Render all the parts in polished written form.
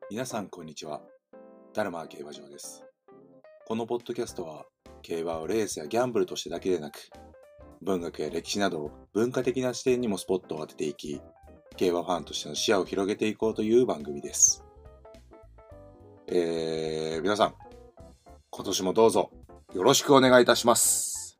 皆さんこんにちは。ダルマ競馬場です。このポッドキャストは競馬をレースやギャンブルとしてだけでなく、文学や歴史など文化的な視点にもスポットを当てていき、競馬ファンとしての視野を広げていこうという番組です。皆さん今年もどうぞよろしくお願いいたします。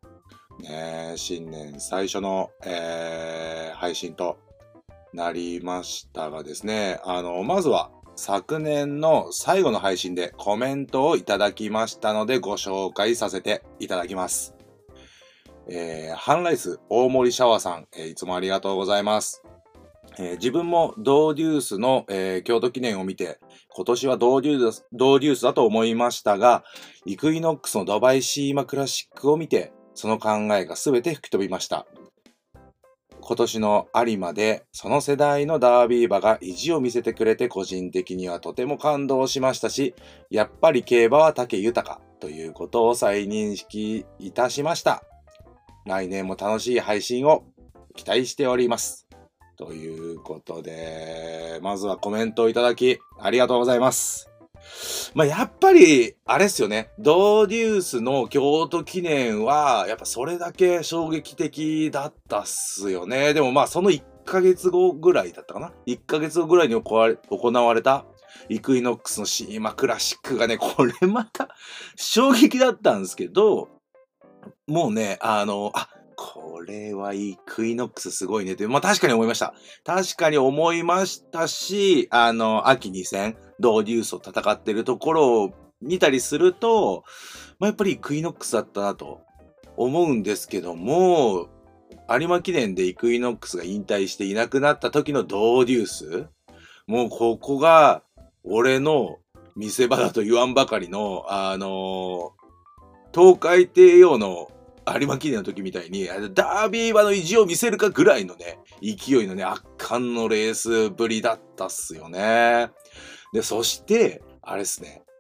新年最初の、配信となりましたがですね、まずは昨年の最後の配信でコメントをいただきましたのでご紹介させていただきます。ハンライス大森シャワーさん、いつもありがとうございます。自分もドーデュースの、京都記念を見て今年はドーデュースだと思いましたが、イクイノックスのドバイシーマクラシックを見てその考えが全て吹き飛びました。今年の有馬でその世代のダービー馬が意地を見せてくれて個人的にはとても感動しましたし、やっぱり競馬は武豊ということを再認識いたしました。来年も楽しい配信を期待しております。ということで、まずはコメントをいただきありがとうございます。やっぱり、あれっすよね。ドーデュースの京都記念は、やっぱそれだけ衝撃的だったっすよね。でもその1ヶ月後ぐらいだったかな。1ヶ月後ぐらいに行われた、イクイノックスのシーマクラシックがね、これまた衝撃だったんですけど、もうね、これはイクイノックスすごいねって、確かに思いました。確かに思いましたし、秋2戦、ドーデュースを戦ってるところを見たりすると、やっぱりイクイノックスだったなと思うんですけども、有馬記念でイクイノックスが引退していなくなった時のドーデュース、もうここが俺の見せ場だと言わんばかりの、東海帝王の有馬記念の時みたいに、ダービー馬の意地を見せるかぐらいのね、勢いのね、圧巻のレースぶりだったっすよね。で、そして、あれっすね、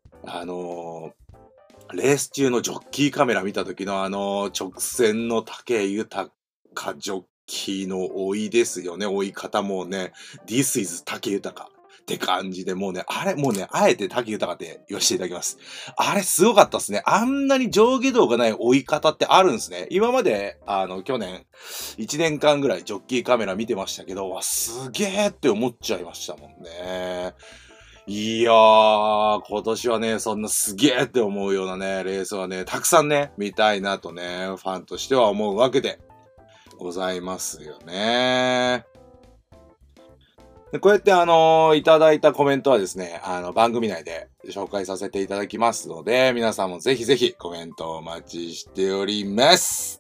レース中のジョッキーカメラ見た時の直線の武豊ジョッキーの追いですよね、追い方もね、This is 武豊。って感じで、もうね、あえて武豊って言わせていただきます。あれすごかったっすね。あんなに上下動がない追い方ってあるんですね。今まで、去年、1年間ぐらいジョッキーカメラ見てましたけど、すげーって思っちゃいましたもんね。いやー、今年はね、そんなすげーって思うようなね、レースはね、たくさんね、見たいなとね、ファンとしては思うわけでございますよね。でこうやっていただいたコメントはですね、番組内で紹介させていただきますので、皆さんもぜひぜひコメントお待ちしております。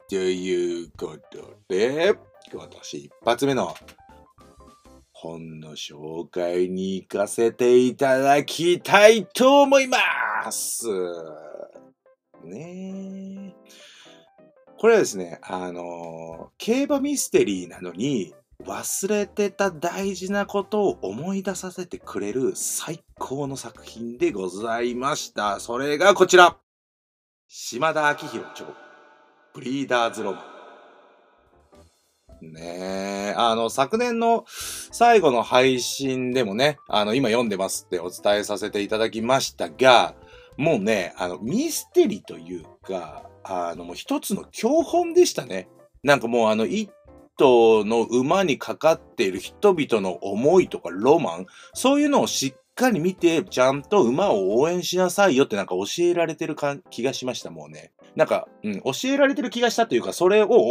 ということで、今年一発目の本の紹介に行かせていただきたいと思いますね。これはですね、競馬ミステリーなのに忘れてた大事なことを思い出させてくれる最高の作品でございました。それがこちら。島田昭弘著ブリーダーズロマン。ねえ、昨年の最後の配信でもね、今読んでますってお伝えさせていただきましたが、もうね、ミステリーというか、もう一つの教本でしたね。なんかもう一頭の馬にかかっている人々の思いとかロマン、そういうのをしっかり見て、ちゃんと馬を応援しなさいよってなんか教えられてる気がしました、もうね。なんか、教えられてる気がしたというか、それを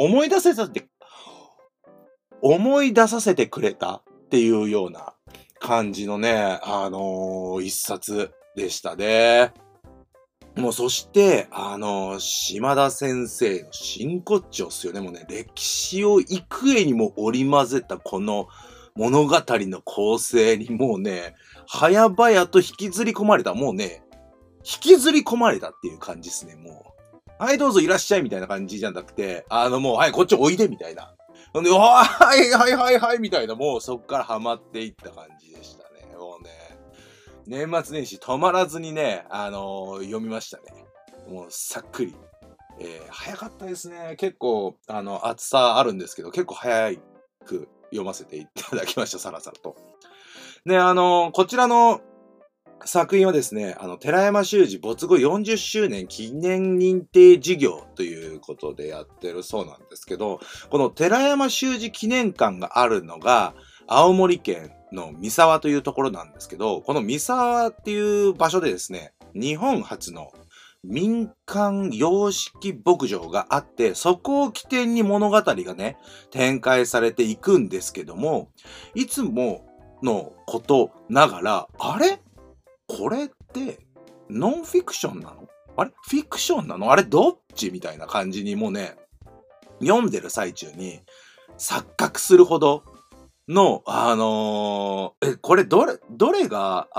思い出させてくれたっていうような感じのね、一冊でしたね。もうそして、島田先生の真骨頂っすよね。もうね、歴史を幾重にも織り交ぜたこの物語の構成にもうね、早々と引きずり込まれた。もうね、引きずり込まれたっていう感じですね、もう。はい、どうぞいらっしゃいみたいな感じじゃなくて、もう、はい、こっちおいでみたいな。ほんで、はいはいはいはいみたいな、もうそっからハマっていった感じでしたね。もうね、年末年始止まらずにね、読みましたね。もうさっくり。早かったですね。結構、厚さあるんですけど、結構早く読ませていただきました、さらさらと。で、こちらの作品はですね、寺山修司没後40周年記念認定事業ということでやってるそうなんですけど、この寺山修司記念館があるのが、青森県の三沢というところなんですけど、この三沢っていう場所でですね、日本初の民間洋式牧場があって、そこを起点に物語がね、展開されていくんですけども、いつものことながら、あれこれって、ノンフィクションなの？あれフィクションなの？あれどっち？みたいな感じにもうね、読んでる最中に錯覚するほどの、これどれが、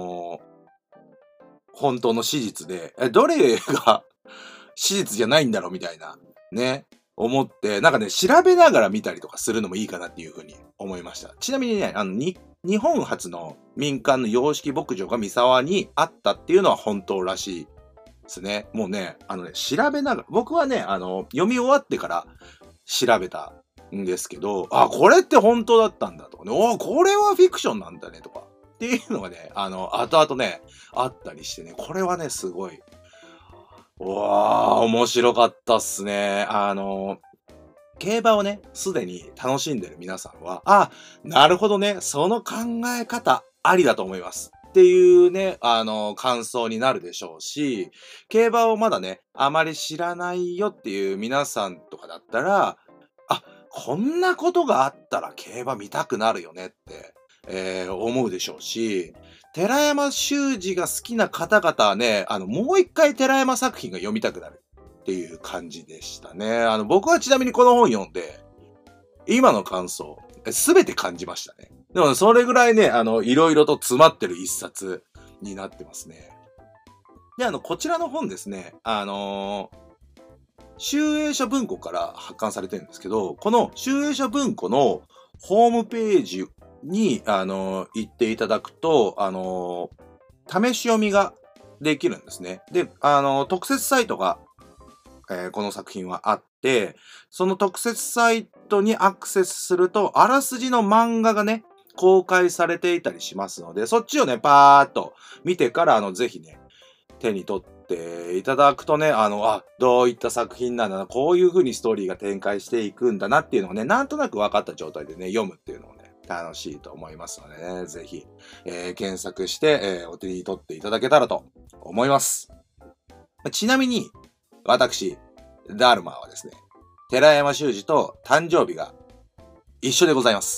本当の史実で、どれが史実じゃないんだろうみたいな、ね、思って、なんかね、調べながら見たりとかするのもいいかなっていうふうに思いました。ちなみにね、日本初の民間の洋式牧場が三沢にあったっていうのは本当らしいですね。もうね、調べながら、僕はね、読み終わってから調べたんですけど、あ、これって本当だったんだとかね、おこれはフィクションなんだねとか、っていうのがね、後々ね、あったりしてね、これはね、すごい、うわー、面白かったっすね。競馬をね、すでに楽しんでる皆さんは、あ、なるほどね、その考え方ありだと思います。っていうね、感想になるでしょうし、競馬をまだね、あまり知らないよっていう皆さんとかだったら、あ、こんなことがあったら競馬見たくなるよねって、思うでしょうし、寺山修司が好きな方々はね、もう一回寺山作品が読みたくなるっていう感じでしたね。僕はちなみにこの本読んで、今の感想、すべて感じましたね。でも、それぐらいね、いろいろと詰まってる一冊になってますね。で、こちらの本ですね、集英社文庫から発刊されてるんですけど、この集英社文庫のホームページに、行っていただくと、試し読みができるんですね。で、特設サイトがこの作品はあって、その特設サイトにアクセスすると、あらすじの漫画がね、公開されていたりしますので、そっちをね、パーっと見てから、ぜひね、手に取っていただくとね、どういった作品なんだな、こういう風にストーリーが展開していくんだなっていうのがね、なんとなく分かった状態でね、読むっていうのもね、楽しいと思いますのでね、ぜひ、検索して、お手に取っていただけたらと思います。ちなみに、私、ダルマはですね、寺山修司と誕生日が一緒でございます。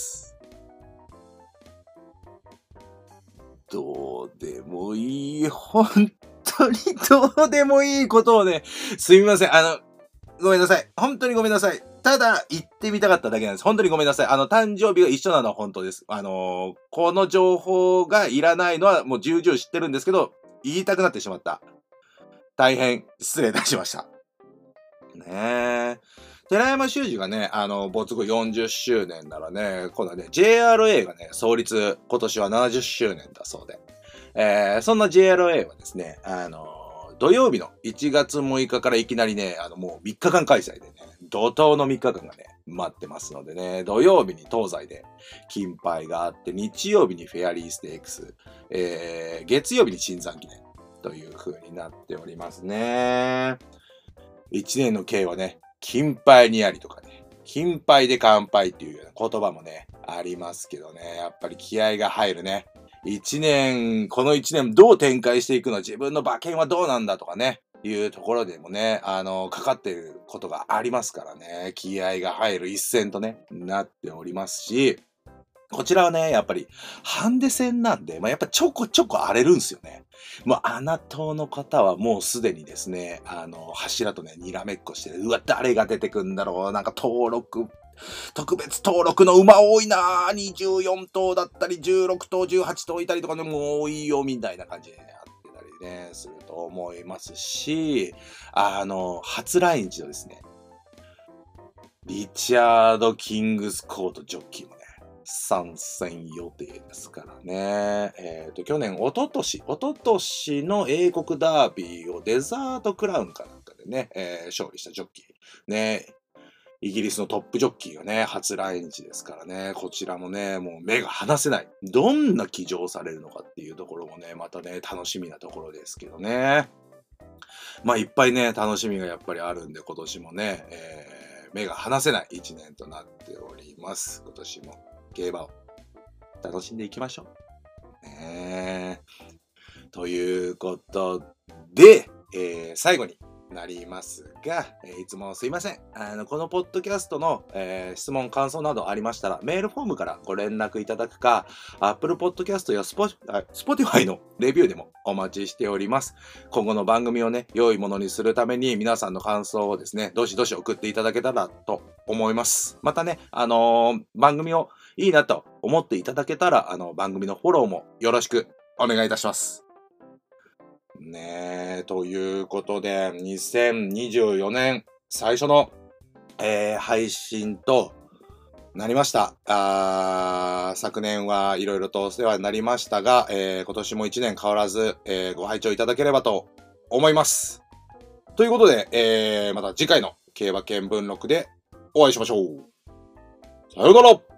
どうでもいい、本当にどうでもいいことをね、すみません。ごめんなさい。本当にごめんなさい。ただ、言ってみたかっただけなんです。本当にごめんなさい。誕生日が一緒なのは本当です。この情報がいらないのはもう重々知ってるんですけど、言いたくなってしまった。大変失礼いたしました。ねえ。寺山修司がね、没後40周年ならね、今度はね、JRA がね、創立、今年は70周年だそうで。そんな JRA はですね、土曜日の1月6日からいきなりね、もう3日間開催でね、怒涛の3日間がね、待ってますのでね、土曜日に東西で金杯があって、日曜日にフェアリーステークス、月曜日に新山記念という風になっておりますね。一年の計はね、金杯にありとかね、金杯で乾杯っていうような言葉もね、ありますけどね、やっぱり気合が入るね。この一年どう展開していくの、自分の馬券はどうなんだとかね、いうところでもね、かかっていることがありますからね、気合が入る一戦とね、なっておりますし、こちらはね、やっぱり、ハンデ戦なんで、やっぱちょこちょこ荒れるんすよね。穴党の方はもうすでにですね、柱とね、にらめっこして、うわ、誰が出てくんだろう、なんか特別登録の馬多いなー、24頭だったり、16頭、18頭いたりとかね、もう多いよ、みたいな感じで、ね、やってたりね、すると思いますし、初来日のですね、リチャード・キングスコートジョッキーもね、参戦予定ですからね。去年、一昨年の英国ダービーをデザートクラウンかなんかでね、勝利したジョッキー。ね、 イギリスのトップジョッキーがね、初来日ですからね、こちらもね、もう目が離せない。どんな騎乗されるのかっていうところもね、またね、楽しみなところですけどね。まあ、いっぱいね、楽しみがやっぱりあるんで、今年もね、目が離せない一年となっております。今年も競馬を楽しんでいきましょう。ねということで、最後になりますが、いつもすいません。このポッドキャストの、質問、感想などありましたら、メールフォームからご連絡いただくか、Apple Podcast やSpotify のレビューでもお待ちしております。今後の番組をね、良いものにするために皆さんの感想をですね、どしどし送っていただけたらと思います。またね、番組をいいなと思っていただけたら、番組のフォローもよろしくお願いいたします。ねえ、ということで、2024年最初の、配信となりました。昨年はいろいろとお世話になりましたが、今年も1年変わらず、ご拝聴いただければと思います。ということで、また次回の競馬見聞録でお会いしましょう。さようなら。